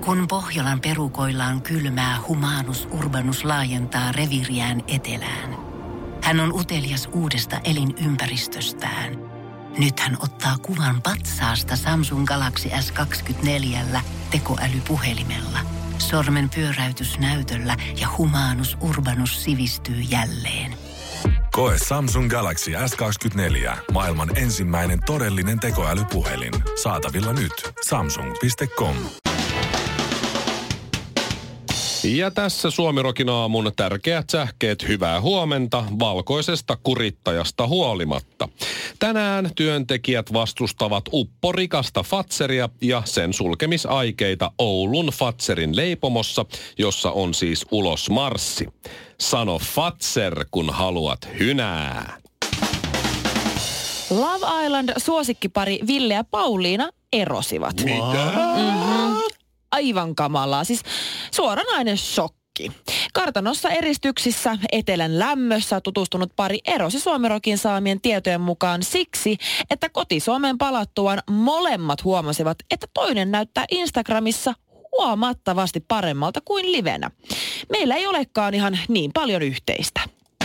Kun Pohjolan perukoillaan kylmää, Humanus Urbanus laajentaa reviiriään etelään. Hän on utelias uudesta elinympäristöstään. Nyt hän ottaa kuvan patsaasta Samsung Galaxy S24 tekoälypuhelimella. Sormen pyöräytys näytöllä ja Humanus Urbanus sivistyy jälleen. Koe Samsung Galaxy S24. Maailman ensimmäinen todellinen tekoälypuhelin. Saatavilla nyt. Samsung.com. Ja tässä Suomi-rokin aamun tärkeät sähkeet hyvää huomenta valkoisesta kurittajasta huolimatta. Tänään työntekijät vastustavat upporikasta Fazeria ja sen sulkemisaikeita Oulun Fazerin leipomossa, jossa on siis ulosmarssi. Sano Fazer, kun haluat hynää. Love Island -suosikkipari Ville ja Pauliina erosivat. Mitä? Aivan kamalaa. Siis suoranainen shokki. Kartanossa eristyksissä Etelän lämmössä tutustunut pari erosi Suomi-rokin saamien tietojen mukaan siksi, että koti-Suomeen palattuaan molemmat huomasivat, että toinen näyttää Instagramissa huomattavasti paremmalta kuin livenä. Meillä ei olekaan ihan niin paljon yhteistä.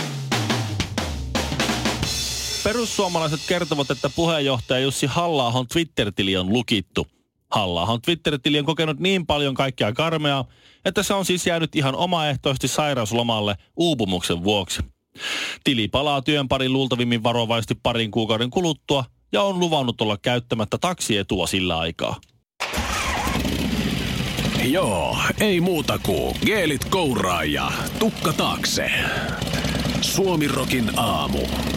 Perussuomalaiset kertovat, että puheenjohtaja Jussi Halla-ahon Twitter-tili on lukittu. Halla-ahon Twitter-tili on kokenut niin paljon kaikkea karmeaa, että se on siis jäänyt ihan omaehtoisesti sairauslomalle uupumuksen vuoksi. Tili palaa työn parin luultavimmin varovaisesti parin kuukauden kuluttua ja on luvannut olla käyttämättä taksietua sillä aikaa. Joo, ei muuta kuin geelit kouraa ja tukka taakse. Suomi-rokin aamu.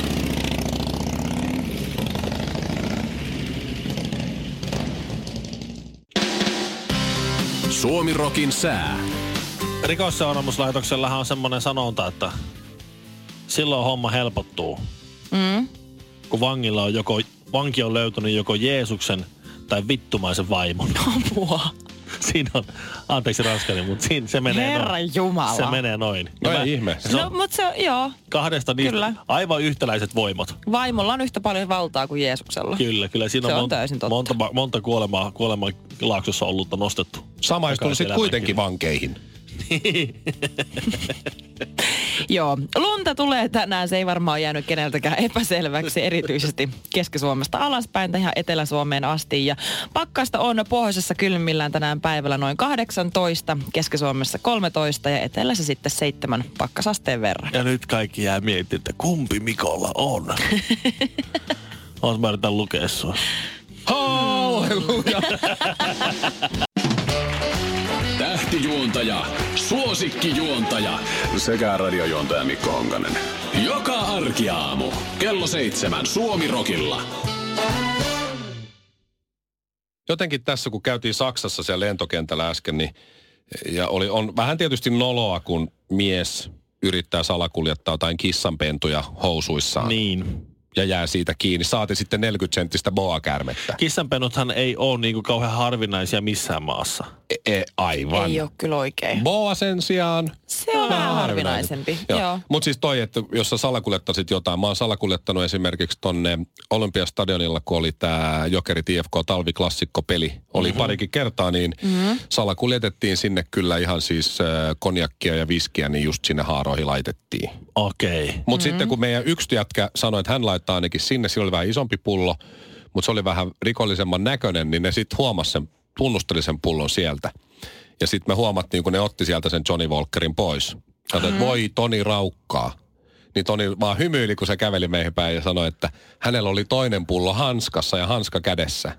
Suomi-rokin sää. Rikosseuraamuslaitoksellahan on semmoinen sanonta, että silloin homma helpottuu. Kun vanki on löytänyt joko Jeesuksen tai vittumaisen vaimon. Apua. Siinä on, anteeksi raskani, mutta se menee Herran Jumala. Se menee noin. No ei ihme. No, mutta se on, joo. Kahdesta niistä Kyllä. aivan yhtäläiset voimat. Vaimolla on yhtä paljon valtaa kuin Jeesuksella. Kyllä. Siinä se on täysin totta. monta kuolemaa laaksossa ollutta nostettu. Samaistunut sitten kuitenkin vankeihin. Joo, lunta tulee tänään. Se ei varmaan jäänyt keneltäkään epäselväksi, erityisesti Keski-Suomesta alaspäin tähän Etelä-Suomeen asti. Ja pakkasta on pohjoisessa kylmimmillään tänään päivällä noin 18, Keski-Suomessa 13 ja etelässä sitten 7 pakkasasteen verran. Ja nyt kaikki jää miettimään, että kumpi Mikolla on. Mä yritän lukea sua. Halleluja! Tähtijuontaja, suosikkijuontaja sekä radiojuontaja Mikko Honkanen. Joka arkiaamu kello 7 Suomi-rokilla. Jotenkin tässä, kun käytiin Saksassa siellä lentokentällä äsken, niin ja on vähän tietysti noloa, kun mies yrittää salakuljettaa jotain kissanpentuja housuissaan. Niin. Ja jää siitä kiinni. Saati sitten 40-senttistä boa-käärmettä. Kissanpenuthan ei ole niinku kauhean harvinaisia missään maassa. Aivan. Ei ole kyllä oikein. Boa sen sijaan. Se on vähän harvinaisempi. Joo. Mutta siis toi, että jos sä salakuljettaisit jotain. Mä oon salakuljettanut esimerkiksi tonne Olympiastadionilla, kun oli tää Jokerit IFK talviklassikko-peli. Oli parikin kertaa, niin salakuljetettiin sinne kyllä ihan siis konjakkia ja viskiä, niin just sinne haaroihin laitettiin. Okei. Mutta sitten kun meidän yksi jätkä sanoi, että hän laittaa ainakin sinne, sillä oli vähän isompi pullo, mutta se oli vähän rikollisemman näköinen, niin ne sitten huomasi sen, tunnusteli sen pullon sieltä. Ja sitten me huomattiin, kun ne otti sieltä sen Johnny Walkerin pois. Sanoin, että voi Toni raukkaa. Niin Toni vaan hymyili, kun se käveli meihin päin ja sanoi, että hänellä oli toinen pullo hanskassa ja hanska kädessä.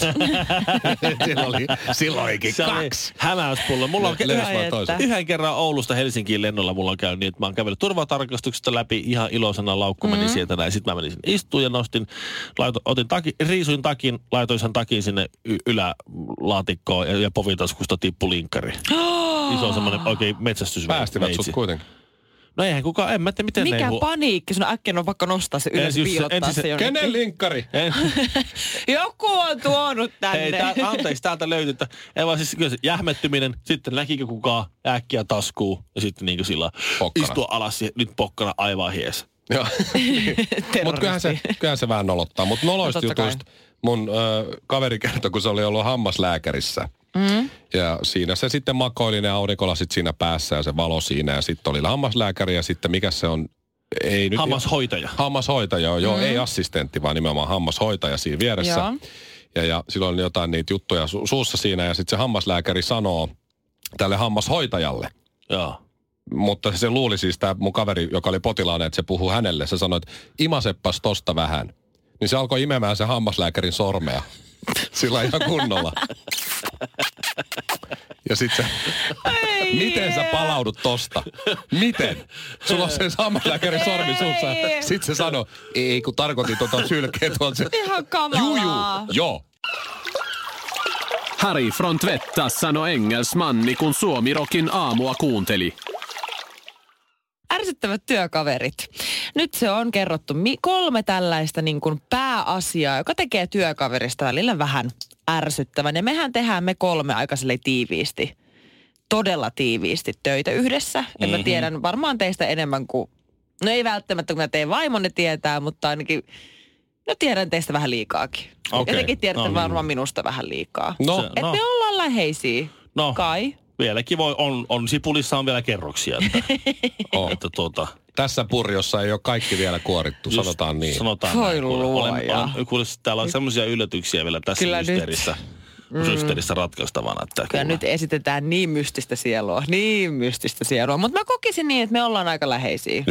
Silloinkin kaksi. Hämäyspullo. Mulla on yhden kerran Oulusta Helsinkiin lennolla mulla on käynyt niin, että mä oon kävellyt turvatarkastuksesta läpi ihan iloisena, laukku meni sieltä näin. Sitten mä menin sinne istuun ja riisuin takin, laitoin sen takin sinne ylälaatikkoon ja povitaskusta tippui linkkari. Iso semmoinen oikein metsästysveitsi. Päästivät sut kuitenkin. No eihän kukaan, en mä tiedä miten mikä paniikki, sun äkkiä on pakko nostaa se ylös ja piilottaa se jonnekin. Kenen linkkari? Joku on tuonut tänne. Hei, anteeksi, täältä löytyy, että ei vaan siis kyllä se jähmettyminen, sitten näkikö kukaan äkkiä taskuu ja sitten niin kuin sillä istua alas ja nyt pokkana aivan hies. Joo, mutta kyllähän se vähän nolottaa. Mutta noloista jutuista mun kaveri kertoi, kun se oli ollut hammaslääkärissä. Ja siinä se sitten makoili ne aurinkolasit siinä päässä ja se valo siinä. Ja sitten oli hammaslääkäri ja sitten mikä se on? Ei nyt Hammashoitaja. Hammashoitaja, joo. Ei assistentti, vaan nimenomaan hammashoitaja siinä vieressä. Ja silloin oli jotain niitä juttuja suussa siinä ja sitten se hammaslääkäri sanoo tälle hammashoitajalle. Joo. Mutta se luuli siis tämä mun kaveri, joka oli potilaana, että se puhuu hänelle. Se sanoi, että imaseppas tosta vähän. Niin se alkoi imemään se hammaslääkärin sormea. Sillä ihan kunnolla. Ja sit se, miten sä palaudut tosta? Miten? Sulla on se hammaslääkärin sormi suussa. Sit se sanoi, ei kun tarkoitin sylkeä tuolta. Ihan kamalaa. Joo. Harry från Tvättas sanoi engelsmanni, kun Suomirokin aamua kuunteli. Ärsyttävät työkaverit. Nyt se on kerrottu 3 tällaista niin kuin pääasiaa, joka tekee työkaverista välillä vähän ärsyttävän. Ja mehän tehdään me 3 aika tiiviisti, todella tiiviisti töitä yhdessä. Ja mä tiedän varmaan teistä enemmän kuin, no ei välttämättä kun mä teidän vaimonne tietää, mutta ainakin, no tiedän teistä vähän liikaakin. Okay. Jotenkin tiedätte varmaan minusta vähän liikaa. No. Että me ollaan läheisiä, kai. Vieläkin on Sipulissa on vielä kerroksia. Että Tässä purjossa ei ole kaikki vielä kuorittu, sanotaan niin. Sanotaan Voi näin. luoja. Täällä on semmoisia yllätyksiä vielä tässä mysteerissä ratkaistavana. Että kyllä nyt esitetään niin mystistä sielua. Mutta mä kokisin niin, että me ollaan aika läheisiä.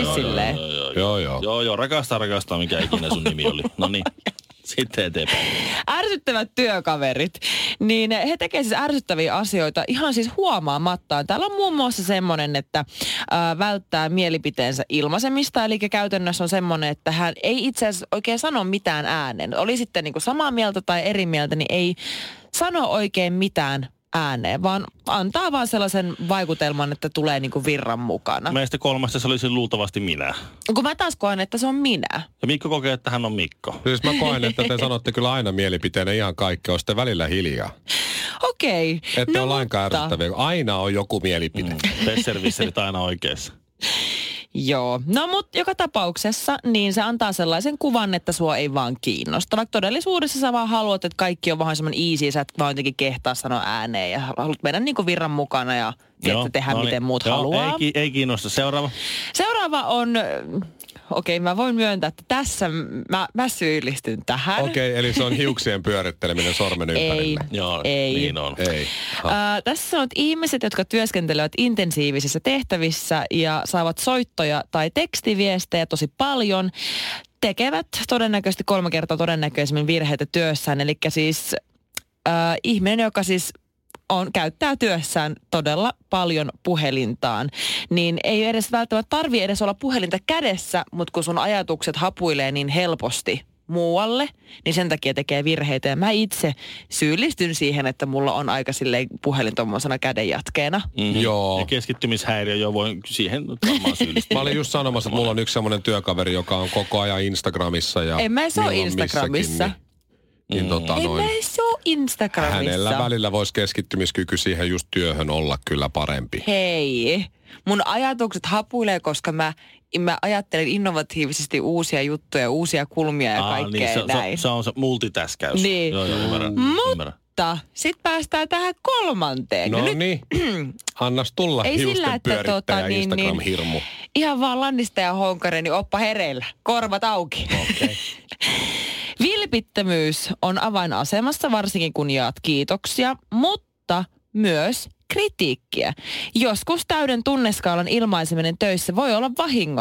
Joo, rakastaa, mikä ikinä sun nimi oli. No niin. Sitten eteenpäin. Ärsyttävät työkaverit, niin he tekevät siis ärsyttäviä asioita ihan siis huomaamattaan. Täällä on muun muassa semmoinen, että välttää mielipiteensä ilmaisemista, eli käytännössä on semmoinen, että hän ei itse asiassa oikein sano mitään ääneen. Oli sitten niin kuin samaa mieltä tai eri mieltä, niin ei sano oikein mitään ääneen, vaan antaa vaan sellaisen vaikutelman, että tulee niin kuin virran mukana. Meistä 3 se olisi luultavasti minä. Kun mä taas koen, että se on minä. Ja Mikko kokee, että hän on Mikko. Siis mä koen, että te sanotte kyllä aina mielipiteenä ihan kaikki, on sitten välillä hiljaa. Okei. Ette ole lainkaan ärsyttäviä. Aina on joku mielipide. Besserwisserit aina oikeassa. Joo. No mutta joka tapauksessa niin se antaa sellaisen kuvan, että sua ei vaan kiinnosta. Vaikka todellisuudessa sä vaan haluat, että kaikki on vähän semmoinen easy, sä et vaan jotenkin kehtaa sanoa ääneen ja haluat mennä niinku virran mukana ja tehdä miten muut haluaa. Ei kiinnosta. Seuraava on... Okei, mä voin myöntää, että tässä mä syyllistyn tähän. Okei, eli se on hiuksien pyöritteleminen sormen ympärille. Ei. Niin on. Ei. Tässä on ihmiset, jotka työskentelevät intensiivisissä tehtävissä ja saavat soittoja tai tekstiviestejä tosi paljon, tekevät todennäköisesti 3 kertaa todennäköisemmin virheitä työssään. Eli siis ihminen, joka siis käyttää työssään todella paljon puhelintaan, niin ei edes välttämättä tarvitse edes olla puhelinta kädessä, mutta kun sun ajatukset hapuilee niin helposti muualle, niin sen takia tekee virheitä. Ja mä itse syyllistyn siihen, että mulla on aika silleen puhelin tommosena kädenjatkeena. Joo. Ja keskittymishäiriö voin siihen varmaan syyllistyä. Mä olin just sanomassa, että mulla on yksi semmoinen työkaveri, joka on koko ajan Instagramissa. Ja en mä se ole Instagramissa. Ei mä se ole Instagramissa. Hänellä välillä voisi keskittymiskyky siihen just työhön olla kyllä parempi. Hei, mun ajatukset hapuilee, koska mä ajattelen innovatiivisesti uusia juttuja, uusia kulmia ja kaikkea niin, näin. Se on se multitäskäys. Niin. Joo, ymmärrän. Mutta sit päästään tähän 3. No niin, annas tulla hiusten pyörittäjä Instagram-hirmu. Ihan vaan Lannista ja Honkare, niin oppa hereillä. Korvat auki. Okay. Vilpittömyys on avainasemassa, varsinkin kun jaat kiitoksia, mutta myös kritiikkiä. Joskus täyden tunneskaalan ilmaiseminen töissä voi olla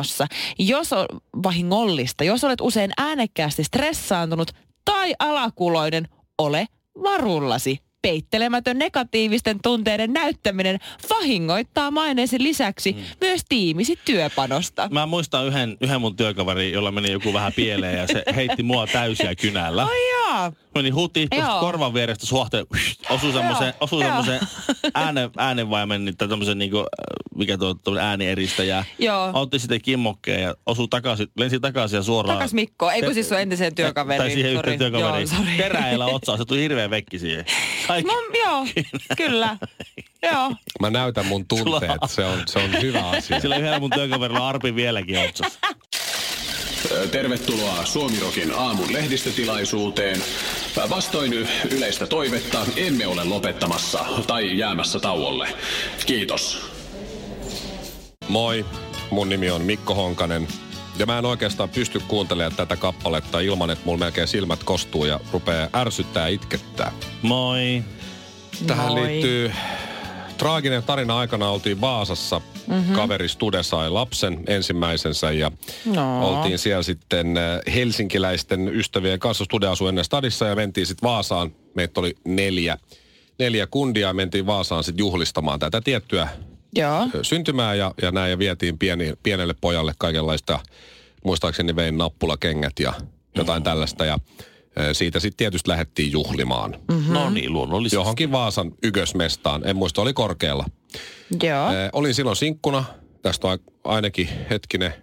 vahingollista. Jos olet usein äänekkäästi stressaantunut tai alakuloinen, ole varullasi. Peittelemätön negatiivisten tunteiden näyttäminen vahingoittaa maineesi lisäksi myös tiimisi työpanosta. Mä muistan yhden mun työkaveri, jolla meni joku vähän pieleen ja se heitti mua täysiä kynällä. Ai jaa. Meni huti tuosta korvan vierestä suhteen, osui semmoisen äänenvaimen, tai tämmöisen niinku, mikä tuo äänieristäjä. Joo. Otti sitten kimmokkeen ja lensi takaisin ja suoraan. Takas Mikko, ei kun siis sun entiseen työkaveriin. Tai siihen yhteen työkaveriin. Teräillä otsaa, se tuli hirveä vekki siihen. Joo, kyllä. Joo. Mä näytän mun tunteet, se on hyvä asia. Sillä yhdellä mun työkaverilla arpi vieläkin otsassa. Tervetuloa Suomirokin aamun lehdistötilaisuuteen. Vastoin yleistä toivetta emme ole lopettamassa tai jäämässä tauolle. Kiitos. Moi, mun nimi on Mikko Honkanen. Ja mä en oikeastaan pysty kuuntelemaan tätä kappaletta ilman, että mulla melkein silmät kostuu ja rupeaa ärsyttää ja itkettää. Moi. Tähän liittyy traaginen tarina. Aikana oltiin Vaasassa. Kaveri Stude sai lapsen, ensimmäisensä, ja oltiin siellä sitten helsinkiläisten ystävien kanssa. Stude asui ennen stadissa ja mentiin sitten Vaasaan. Meitä oli neljä kundia ja mentiin Vaasaan sitten juhlistamaan tätä tiettyä syntymää ja näin, ja vietiin pienelle pojalle kaikenlaista, muistaakseni vein nappulakengät ja jotain tällaista, ja siitä sitten tietysti lähdettiin juhlimaan. No niin, luonnollisesti. Johonkin Vaasan Ykkösmestaan, en muista, oli korkealla. Joo. Olin silloin sinkkuna, tästä on ainakin hetkinen,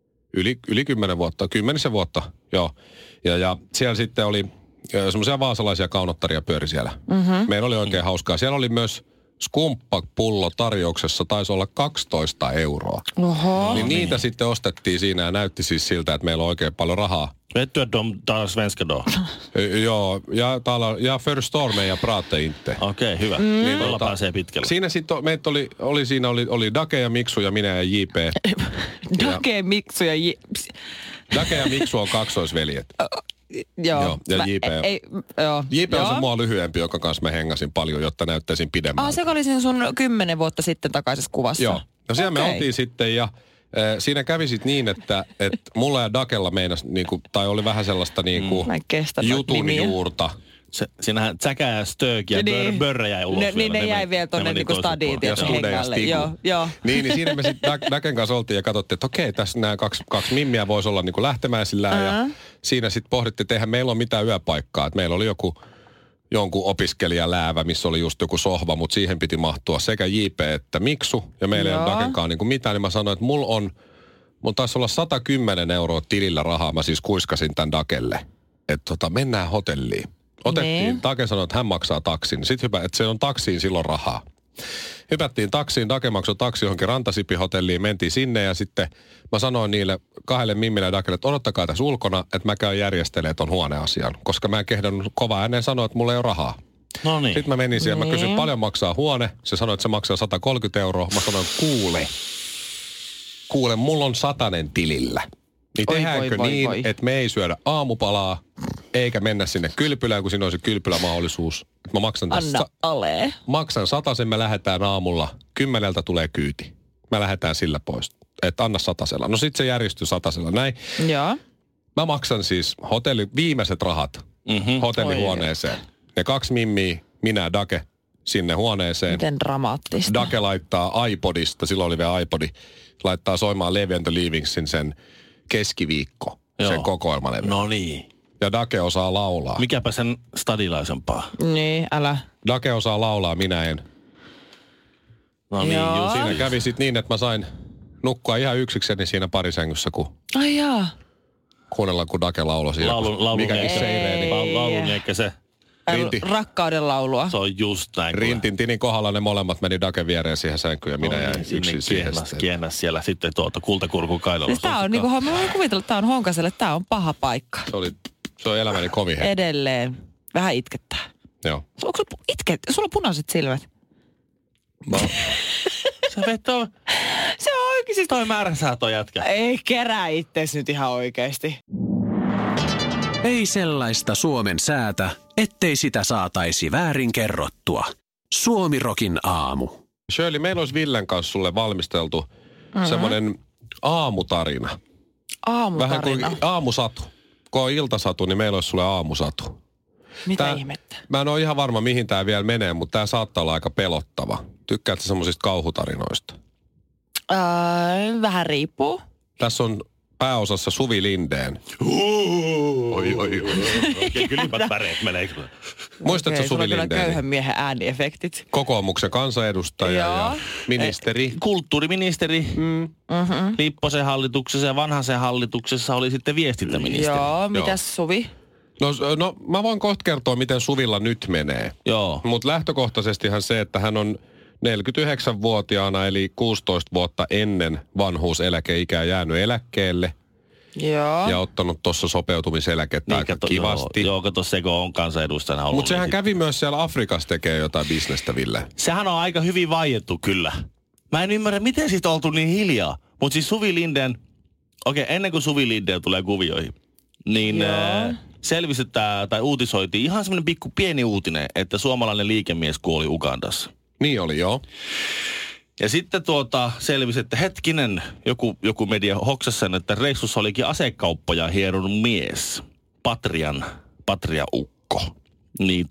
yli 10 vuotta, 10 vuotta, joo. Ja siellä sitten oli semmoisia vaasalaisia kaunottaria pyöri siellä. Meillä oli oikein hauskaa. Siellä oli myös skumppapullo tarjouksessa, taisi olla 12 euroa. Oho. Niin niitä sitten ostettiin siinä ja näytti siis siltä, että meillä on oikein paljon rahaa. Vet du att de tar svenska då? Joo, ja förstår ja pratar inte. Okei, hyvä. Niin tuolla pääsee pitkälle. Siinä sitten meitä oli Dake ja Miksu ja minä ja JP. Dake, Miksu ja Dake ja Miksu on kaksoisveljet. Joo. Ja JP. JP on se mua lyhyempi, jonka kanssa mä hengasin paljon, jotta näyttäisin pidemmältä. Se oli siinä sun 10 vuotta sitten takaisessa kuvassa. Joo. No siellä me oltiin sitten ja siinä kävi sit niin, että mulla ja Dakella meinas niinku, tai oli vähän sellaista niinku jutun juurta. Siinähän Tsäkä ja Stöök ja Börre jäi ulos vielä. Niin ne jäi vielä tonne niinku stadiin hengalle. Joo. Niin siinä me sitten Daken kanssa oltiin ja katsottiin, että okei, tässä nämä kaksi mimmiä voisi olla niinku lähtemäisillään. Ja siinä sitten pohdittiin, että eihän meillä ole mitään yöpaikkaa. Että meillä oli jonkun opiskelijaläävä, missä oli just joku sohva, mutta siihen piti mahtua sekä JP että Miksu. Ja meillä ei ole Dakenkaan niinku mitään, niin mä sanoin, että mulla taisi olla 110 euroa tilillä rahaa. Mä siis kuiskasin tämän Dakelle, että mennään hotelliin. Otettiin, Dake sanoi, että hän maksaa taksin. Sitten että se on taksiin silloin rahaa. Hypättiin taksiin, Dake maksoi taksi johonkin Rantasipi-hotelliin, mentiin sinne ja sitten mä sanoin niille 2 mimmille ja Dakelle, että odottakaa tässä ulkona, että mä käyn järjestelemään ton huoneasian. Koska mä en kehdannut kova ääneen sanoa, että mulla ei ole rahaa. No niin. Sitten mä menin siellä, mä kysyin, paljon maksaa huone. Se sanoi, että se maksaa 130 euroa. Mä sanoin, kuule, mulla on 100 tilillä. Niin tehdäänkö niin, että me ei syödä aamupalaa, eikä mennä sinne kylpylään, kun siinä on se kylpylämahdollisuus. Mä maksan Anna ale. Maksan 100, me lähdetään aamulla. 10 tulee kyyti. Mä lähdetään sillä pois. Että anna 100. No sit se järjestyi 100, näin. Joo. Mä maksan siis viimeiset rahat hotellihuoneeseen. Ne 2 mimmiä, minä ja Dake sinne huoneeseen. Miten dramaattista. Dake laittaa iPodista, silloin oli vielä iPodi, laittaa soimaan Levi and the Leavingsin sen keskiviikko, sen kokoelmalevy. No niin. Ja Dake osaa laulaa. Mikäpä sen stadilaisempaa. Niin, älä. Dake osaa laulaa, minä en. No niin, Siinä kävi sit niin, että mä sain nukkua ihan yksikseni siinä parisängyssä, kun ai jaa. Kuunnellaan, kun Dake lauloi siinä. Mikäkin seireeni. Laulun eikä se. Rakkauden laulua. Se on just näin. Rintintinin kohdalla ne molemmat meni Daken viereen siihen sänkyyn ja minä jäin yksin siihen. Kiennäs siellä sitten kultakurkun kainalossa. Siis tää on niinku, mä voin kuvitella, että tää on Honkaselle, tää on paha paikka. Se on elämäni kovin hetki. Edelleen. Vähän itkettää. Joo. Sulla on punaiset silmät. Se vetoo. Se on oikeesti. Toi määrä saa toi jätkä. Ei kerää itses nyt ihan oikeesti. Ei sellaista Suomen säätä, ettei sitä saataisi väärin kerrottua. Suomi-rokin aamu. Shirley, meillä olisi Villen kanssa sulle valmisteltu semmoinen aamutarina. Aamutarina? Vähän kuin aamusatu. Kun on iltasatu, niin meillä olisi sulle aamusatu. Mitä ihmettä? Mä en ole ihan varma, mihin tää vielä menee, mutta tää saattaa olla aika pelottava. Tykkäätkö semmoisista kauhutarinoista? Vähän riippuu. Tässä on pääosassa Suvi Lindén. Oi. Oikein kylmät väreet menee. Muistatko Suvi Lindén? Sulla on kyllä köyhän miehen ääniefektit. Kokoomuksen kansanedustaja ja ministeri. Kulttuuriministeri. Lipposen hallituksessa ja Vanhasen hallituksessa oli sitten viestintäministeri. Joo, mitäs Suvi? No mä voin kohta kertoa, miten Suvilla nyt menee. Joo. Mutta lähtökohtaisestihan se, että hän on 49-vuotiaana, eli 16 vuotta ennen vanhuuseläkeikää jäänyt eläkkeelle. Joo. Ja ottanut tuossa sopeutumiseläkettä aika kivasti. Joo, kato Seko on kansanedustajana ollut. Mutta sehän kävi myös siellä Afrikassa tekee jotain bisnestä, Ville. Sehän on aika hyvin vaiettu kyllä. Mä en ymmärrä, miten siitä on oltu niin hiljaa. Mutta siis Suvi Lindén, ennen kuin Suvi Lindén tulee kuvioihin, niin selvistetään tai uutisoitiin ihan semmoinen pieni uutinen, että suomalainen liikemies kuoli Ugandassa. Niin oli, joo. Ja sitten selvisi, että hetkinen, joku media hoksasi sen, että reissussa olikin asekauppoja hierunut mies. Patria Ukko. Niin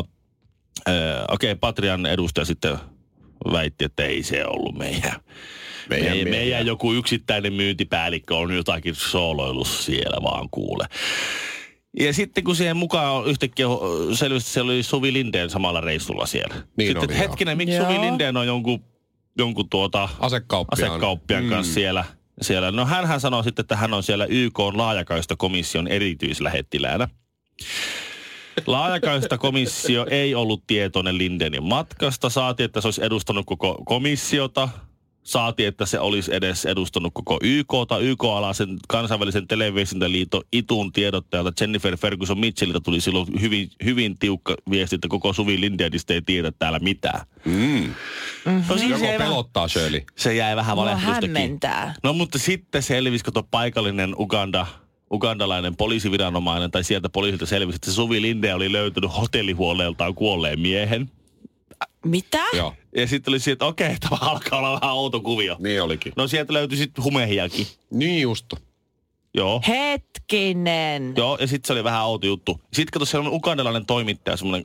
Patrian edustaja sitten väitti, että ei se ollut meidän joku yksittäinen myyntipäällikkö on jotakin sooloillut siellä vaan kuule. Ja sitten kun siihen mukaan yhtäkkiä selvisi, että siellä oli Suvi Lindén samalla reissulla siellä. Niin sitten, oli, hetkinen, miksi Suvi Lindén on jonkun asekauppiaan kanssa siellä. No hänhän sanoi sitten, että hän on siellä YK:n laajakaistakomission erityislähettiläänä. Laajakaistakomissio ei ollut tietoinen Lindénin matkasta. Saatiin, että se olisi edustanut koko komissiota. Saatiin, että se olisi edes edustanut koko YK:ta. YK-alaisen kansainvälisen televisiontaliiton ITUn tiedottajalta Jennifer Ferguson Mitchelliltä tuli silloin hyvin tiukka viesti, että koko Suvi Lindénistä ei tiedä täällä mitään. No, siis joko pelottaa Shirley? Se jäi vähän valehdustakin. Hämmentää. No mutta sitten selvisi, kun tuo paikallinen ugandalainen poliisiviranomainen tai sieltä poliisilta selvisi, että Suvi Lindén oli löytynyt hotellihuoneeltaan kuolleen miehen. Mitä? Joo. Ja sitten oli että tämä alkaa olla vähän outo kuvio. Niin olikin. No sieltä löytyi sitten humehiakin. Niin just. Joo. Hetkinen. Joo, ja sitten se oli vähän outo juttu. Sitten kato, siellä on ugandalainen toimittaja, semmoinen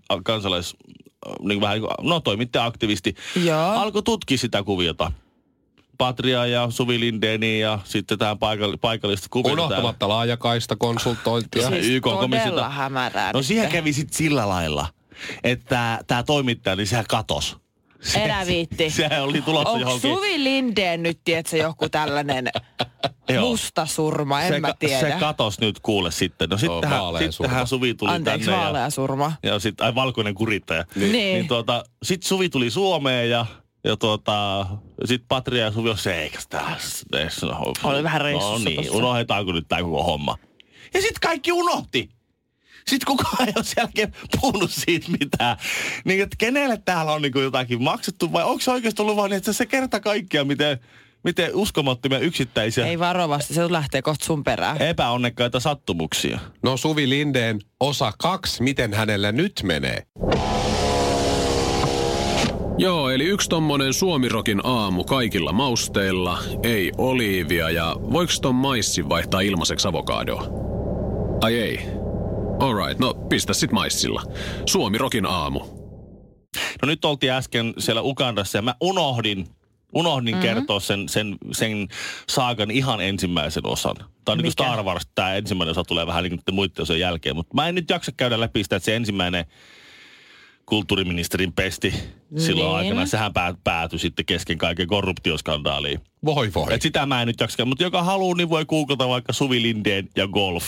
toimittaja-aktivisti. Joo. Alkoi tutkia sitä kuviota. Patria ja Suvi Lindéniä ja sitten tähän paikallista kuviota. Unohtamatta laajakaista konsultointia. Siis todella hämärää. No siihen kävi sitten sillä lailla, että tämä toimittaja, niin sehän katosi. Enä viitti. Sehän oli tulossa johonkin. Onko Suvi Lindén nyt, tiedätkö, joku tällainen musta surma? Mä tiedä. Se katosi nyt kuule sitten. No sittenhän Suvi tuli Anteeksi, tänne. vaalea surma. Ja sitten, valkoinen kurittaja. Niin. Sitten Suvi tuli Suomeen ja sitten Patria ja Suvi on seikas oli vähän reissussa. No niin, unohdetaanko nyt tämä koko homma. Ja sitten kaikki unohti. Sitten kukaan ei ole sen jälkeen puhunut siitä mitään. Niin, että kenelle täällä on niin jotakin maksettu vai onko se oikeasti ollut vaan niin, että se kerta kaikkiaan, miten uskomattomia yksittäisiä. Ei varovasti, se lähtee kohta sun perään. Epäonnekkaita sattumuksia. No Suvi Lindén, osa 2, miten hänellä nyt menee? Joo, eli yksi tommonen Suomirokin aamu kaikilla mausteilla, ei oliivia ja voiko ton maissin vaihtaa ilmaiseksi avokadoa? Ai ei. Alright, no pistä sit maissilla. Suomirokin aamu. No nyt oltiin äsken siellä Ugandassa ja mä unohdin kertoa sen saagan ihan ensimmäisen osan. Tämä on niin kuin Star Wars, tämä ensimmäinen osa tulee vähän niin kuin muiden osien jälkeen, mutta mä en nyt jaksa käydä läpi sitä, että se ensimmäinen kulttuuriministerin pesti silloin aikana, sehän päätyi sitten kesken kaiken korruptioskandaaliin. Voi. Et sitä mä en nyt jaksa, mutta joka haluaa, niin voi googlata vaikka Suvi Lindén ja golf.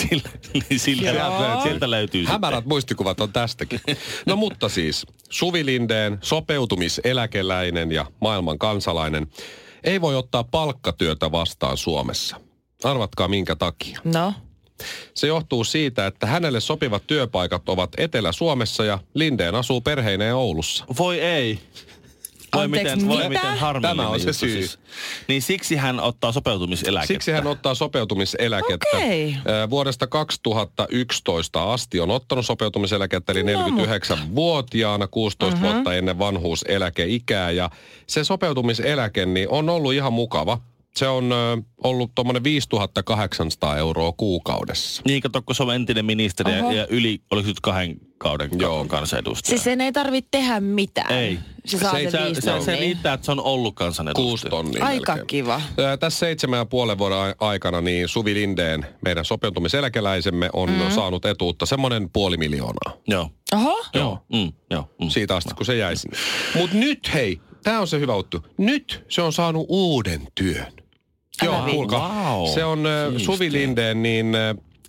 Sieltä löytyy hämärät muistikuvat on tästäkin. No mutta siis, Suvi Lindén, sopeutumiseläkeläinen ja maailman kansalainen, ei voi ottaa palkkatyötä vastaan Suomessa. Arvatkaa minkä takia. No? Se johtuu siitä, että hänelle sopivat työpaikat ovat Etelä-Suomessa ja Lindén asuu perheineen Oulussa. Voi ei. Miten harmillinen. Tämä on se syy. Siis. Niin siksi hän ottaa sopeutumiseläkettä. Siksi hän ottaa sopeutumiseläkettä. Okay. Vuodesta 2011 asti on ottanut sopeutumiseläkettä, eli 49-vuotiaana, 16 vuotta ennen vanhuuseläkeikää. Ja se sopeutumiseläke niin on ollut ihan mukava. Se on ollut tuommoinen 5 800 € kuukaudessa. Niin, kato, kun se on entinen ministeri ja yli, oliko nyt 2 kauden kansanedustaja? Siis sen ei tarvitse tehdä mitään. Ei. Se saa se 5 tonnia. Se riittää, että se on ollut kansanedustaja. 6 tonnia Aika melkein. kiva. Tässä 7,5 vuoden aikana niin Suvi Lindén, meidän sopeutumiseläkeläisemme, on saanut etuutta semmoinen 500 000. Joo. Oho. Joo. Siitä asti, kun se jäi sinne. Mutta nyt hei, tämä on se hyvä juttu. Nyt se on saanut uuden työn. Joo, kuulkaa. Wow. Se on Suvi Lindén, niin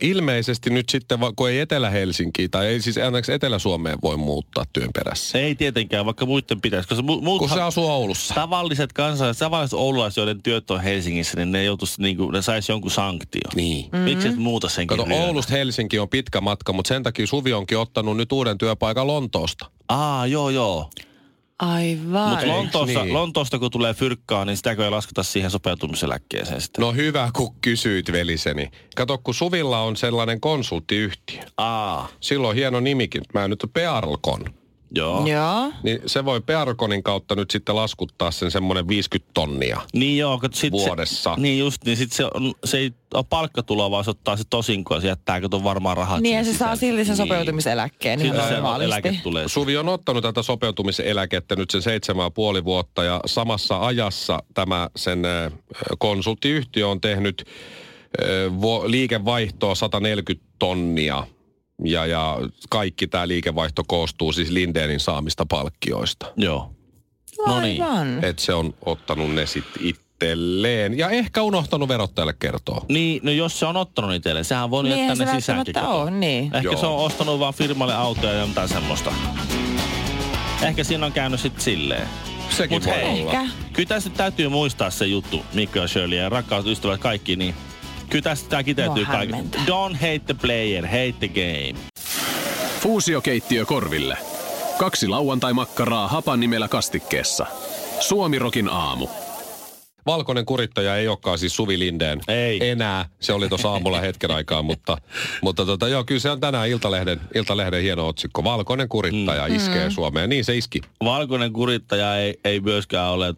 ilmeisesti nyt sitten, kun ei Etelä-Helsinkiin, tai ei siis ainakin Etelä-Suomeen voi muuttaa työn perässä. Ei tietenkään, vaikka muiden pitäisi. Koska kun se asuu Oulussa. Tavalliset oululaiset, joiden työt on Helsingissä, niin ne saisi jonkun sanktio. Niin. Miksi et muuta senkin Kato, Oulusta Helsinki on pitkä matka, mutta sen takia Suvi onkin ottanut nyt uuden työpaikan Lontoosta. Joo. Aivan. Mutta Lontoosta kun tulee fyrkkaa, niin sitäkö ei lasketa siihen sopeutumiseläkkeeseen sitten? No hyvä, kun kysyit, veliseni. Kato, kun Suvilla on sellainen konsulttiyhtiö. Silloin on hieno nimikin. Mä nyt Pearlcon. Joo. Niin se voi Pearlconin kautta nyt sitten laskuttaa sen semmoinen 50 tonnia niin joo, vuodessa. Niin just, niin sitten se ei ole palkkatuloa, vaan se ottaa se tosinkoa ja se jättää, kato varmaan rahat. Niin ja se saa silti sen sopeutumiseläkkeen. Niin. Se eläke tulee. Suvi on ottanut tätä sopeutumiseläkettä nyt sen 7,5 vuotta ja samassa ajassa tämä sen konsulttiyhtiö on tehnyt liikevaihtoa 140 tonnia. Ja kaikki tämä liikevaihto koostuu siis Lindénin saamista palkkioista. Joo. No niin. Että se on ottanut ne sitten itselleen. Ja ehkä unohtanut verottajalle kertoa. Niin, no jos se on ottanut itselleen, sehän voi jättää ne sisäänkin. Niin. Ehkä se on ostanut vaan firmalle autoja ja jotain semmoista. Ehkä siinä on käynyt sitten silleen. Sekin voi olla. Kyllä tässä täytyy muistaa se juttu, Mikko ja Shirley ja rakkaat ystävät kaikki, niin kyllä tästä tämä kiteytyy kaikki. Don't hate the player, hate the game. Fuusiokeittiö korville. 2 lauantai-makkaraa hapan nimellä kastikkeessa. Suomirokin aamu. Valkoinen kurittaja ei olekaan siis Suvi Lindén enää. Se oli tuossa aamulla hetken aikaa, mutta joo, kyllä se on tänään Iltalehden hieno otsikko. Valkoinen kurittaja iskee Suomeen. Niin se iski. Valkoinen kurittaja ei myöskään ole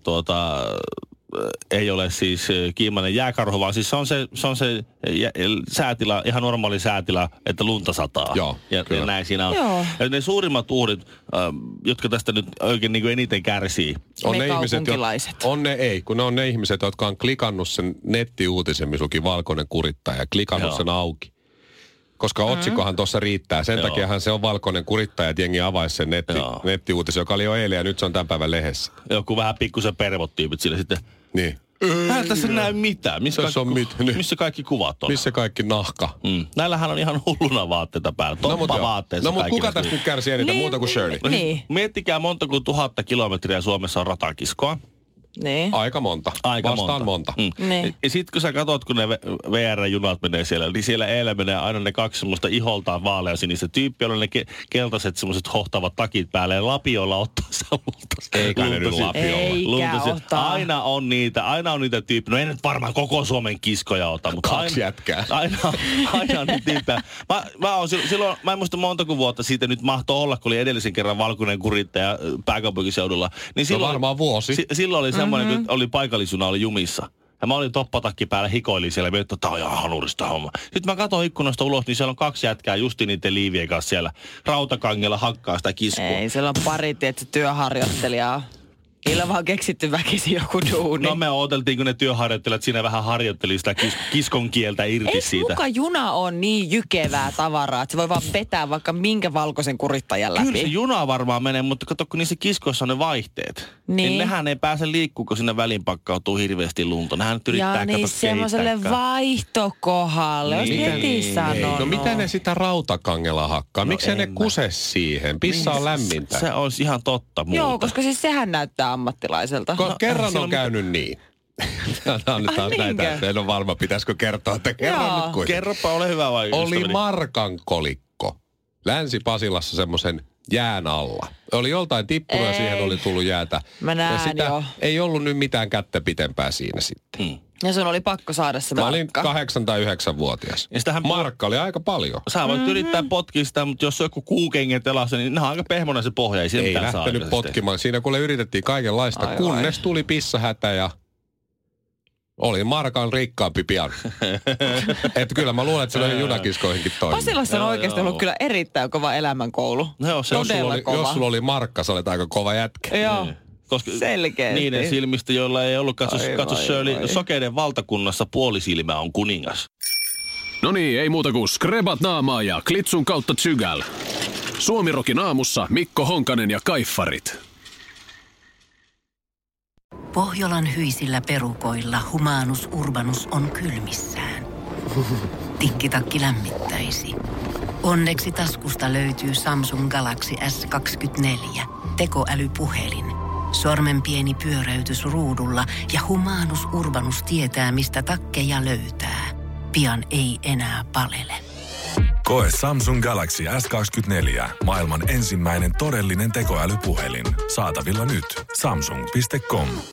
ei ole siis kiimainen jääkarhu, vaan siis se on se säätila, ihan normaali säätila, että lunta sataa. Joo, ja näin siinä on. Joo. Ja ne suurimmat uhrit, jotka tästä nyt oikein niin kuin eniten kärsii. On ne ihmiset, kun ne on ne ihmiset, jotka on klikannut sen nettiuutisen, missä luki valkoinen kurittaja, ja klikannut sen auki. Koska otsikkohan tuossa riittää. Sen takiahan se on valkoinen kurittaja, että jengi avaisi sen nettiuutisen, joka oli jo eilen ja nyt se on tämän päivän lehdessä. Joku vähän pikkusen pervot-tyypit sille sitten. Niin. Eihän tässä näy mitään. Missä kaikki kuvat on? Missä kaikki nahka? Näillähän on ihan hulluna vaatteita päällä. Toppa-vaatteessa. No mutta kuka tästä nyt kärsii eniten muuta kuin Shirley? Niin. Miettikää monta kuin 1000 kilometriä Suomessa on ratakiskoa. Niin. Aika monta. Vastaan monta. Niin. Ja sit kun sä katot, kun ne VR-junat menee siellä, niin siellä eilen menee aina ne 2 semmoista iholtaan vaaleasinistä tyyppiä, joilla ne keltaiset semmoiset hohtavat takit päälle ja lapiolla ottaa lunta. Eikä ne nyt lapiolla. Aina on niitä tyyppiä. No ei nyt varmaan koko Suomen kiskoja ota, mutta 2 jätkää. Aina on niitä tyyppejä. Mä en muista montako vuotta siitä nyt mahtoi olla, kun oli edellisen kerran valkoinen kurittaja pääkaupunkiseudulla. Niin silloin, varmaan vuosi. Silloin oli semmoinen, kun oli paikallisjuna, oli jumissa. Ja mä olin toppatakki päällä, hikoilin siellä ja mietin, että tää on ihan hanurista homma. Sitten mä katson ikkunasta ulos, niin siellä on 2 jätkää justi niiden liivien kanssa siellä rautakangella hakkaa sitä kiskua. Ei, siellä on pari, tietysti työharjoittelijaa. Niillä vaan keksitty väkisin joku duuni. No me odoteltiin, kun ne työharjoittelijat siinä vähän harjoitteli sitä kiskon kieltä irti siitä. Ei muka juna on niin jykevää tavaraa, että se voi vaan vetää vaikka minkä valkoisen kurittajan läpi. Kyllä se juna varmaan menee, mutta kato, kun niissä kiskoissa on ne vaihteet. Niin nehän ei pääse liikkuu, kun sinne väliin pakkautuu hirveästi lunta. Nehän nyt yrittää ja niin semmoiselle vaihtokohdalle, olisi heti sanonut. No mitä ne sitä rautakangella hakkaa? Miksei ne kuse siihen? Pissa on lämmintä. Se olisi ihan totta muuta. Joo, koska siis sehän näyttää ammattilaiselta. Kerran on käynyt niin. Tämä on nyt taas näitä, en ole varma, pitäisikö kertoa, että kerran nyt kuitenkin. Kerropa, ole hyvä vai oli Markan kolikko Länsi-Pasilassa semmoisen jään alla. Oli joltain tippunut ja siihen oli tullut jäätä. Mä näen ja sitä jo. Ei ollut nyt mitään kättä pitempää siinä sitten. Ja sun oli pakko saada se Mä markka. olin 8 tai 9-vuotias. Markka oli aika paljon. Sä voit yrittää potkia sitä, mutta jos on joku kuukenget elassa, niin ne on aika pehmoinen se pohja. Ei lähtenyt potkimaan. Siinä kuule yritettiin kaikenlaista, kunnes tuli pissahätä ja oli Markan rikkaampi pian. Että kyllä mä luulen, että se noihin junakiskoihinkin toimii. Pasilassa on oikeasti ollut kyllä erittäin kova elämänkoulu. Joo, se jos sulla oli Markka, sä olet aika kova jätkä. Joo. Koska selkeästi. Niiden silmistä, joilla ei ollut katso Shirley, sokeiden valtakunnassa puolisilmä on kuningas. No niin, ei muuta kuin skrebat naamaa ja klitsun kautta tsygäl. Suomirokin aamussa Mikko Honkanen ja Kaiffarit. Pohjolan hyisillä perukoilla Humanus Urbanus on kylmissään. Tikkitakki lämmittäisi. Onneksi taskusta löytyy Samsung Galaxy S24. Tekoälypuhelin. Sormen pieni pyöräytys ruudulla ja Humanus Urbanus tietää, mistä takkeja löytää. Pian ei enää palele. Koe Samsung Galaxy S24. Maailman ensimmäinen todellinen tekoälypuhelin. Saatavilla nyt. Samsung.com.